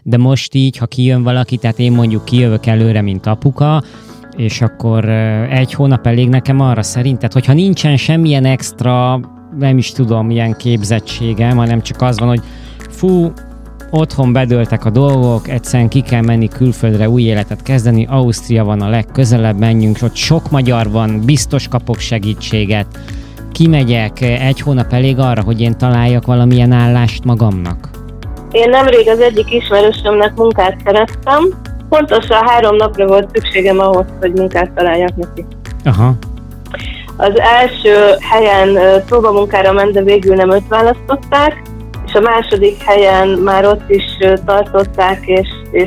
de most így, ha kijön valaki, tehát én mondjuk kijövök előre, mint apuka, és akkor 1 hónap elég nekem arra szerinted, hogyha nincsen semmilyen extra, nem is tudom, ilyen képzettségem, hanem csak az van, hogy fú, otthon bedőltek a dolgok, egyszerűen ki kell menni külföldre, új életet kezdeni, Ausztria van a legközelebb, menjünk, ott sok magyar van, biztos kapok segítséget, kimegyek, 1 hónap elég arra, hogy én találjak valamilyen állást magamnak? Én nemrég az egyik ismerősömnek munkát kerestem, pontosan 3 napra volt szükségem ahhoz, hogy munkát találjak neki. Aha. Az első helyen próbamunkára ment, de végül nem őt választották, és a második helyen már ott is tartották, és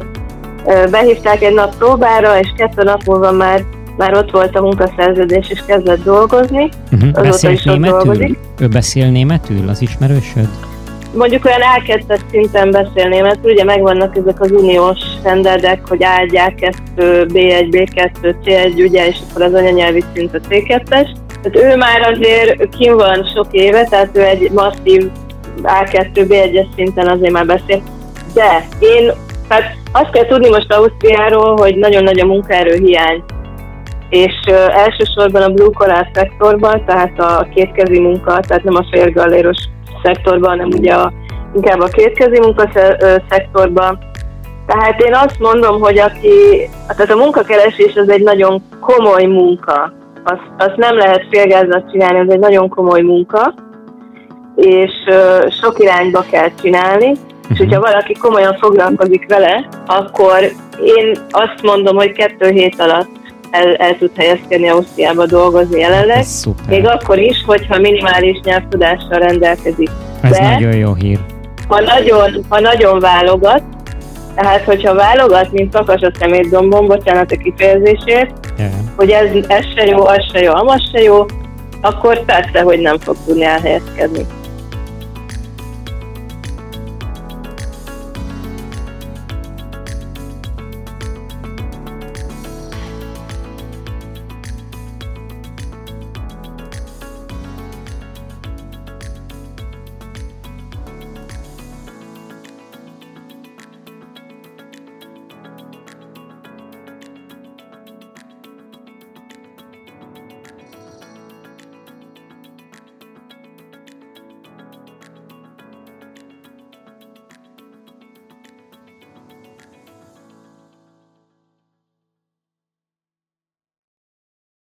behívták egy nap próbára, és 2 nap múlva már ott volt a munkaszerződés, és kezdett dolgozni. Beszélt németül? Ő beszél németül, az ismerősöd? Mondjuk olyan A2-es szinten beszél németül, ugye megvannak ezek az uniós standardek, hogy A1, A2, B1, B2, C1, ugye, és akkor az anyanyelvi szint a C2-es. Tehát ő már azért kim van sok éve, tehát ő egy masszív A2, B1-es szinten azért már beszél. De tehát azt kell tudni most Ausztriáról, hogy nagyon nagy a munkaerő hiány. És elsősorban a blue collar szektorban, tehát a kétkezi munka, tehát nem a félgalléros szektorban, hanem ugye inkább a kétkezi munka szektorban. Tehát én azt mondom, hogy tehát a munkakeresés az egy nagyon komoly munka. Azt nem lehet félgázzal csinálni, ez egy nagyon komoly munka, és sok irányba kell csinálni. És hogyha valaki komolyan foglalkozik vele, akkor én azt mondom, hogy 2 hét alatt el tud helyezkedni Ausztriába dolgozni jelenleg. Még akkor is, hogyha minimális nyelvtudással rendelkezik. Ez nagyon jó hír. Ha nagyon válogat, tehát hogyha válogat, mint kakas a szemétdombon, bocsánat a kifejezésért, hogy ez se jó, az se jó, amaz se jó, akkor persze, hogy nem fog tudni elhelyezkedni.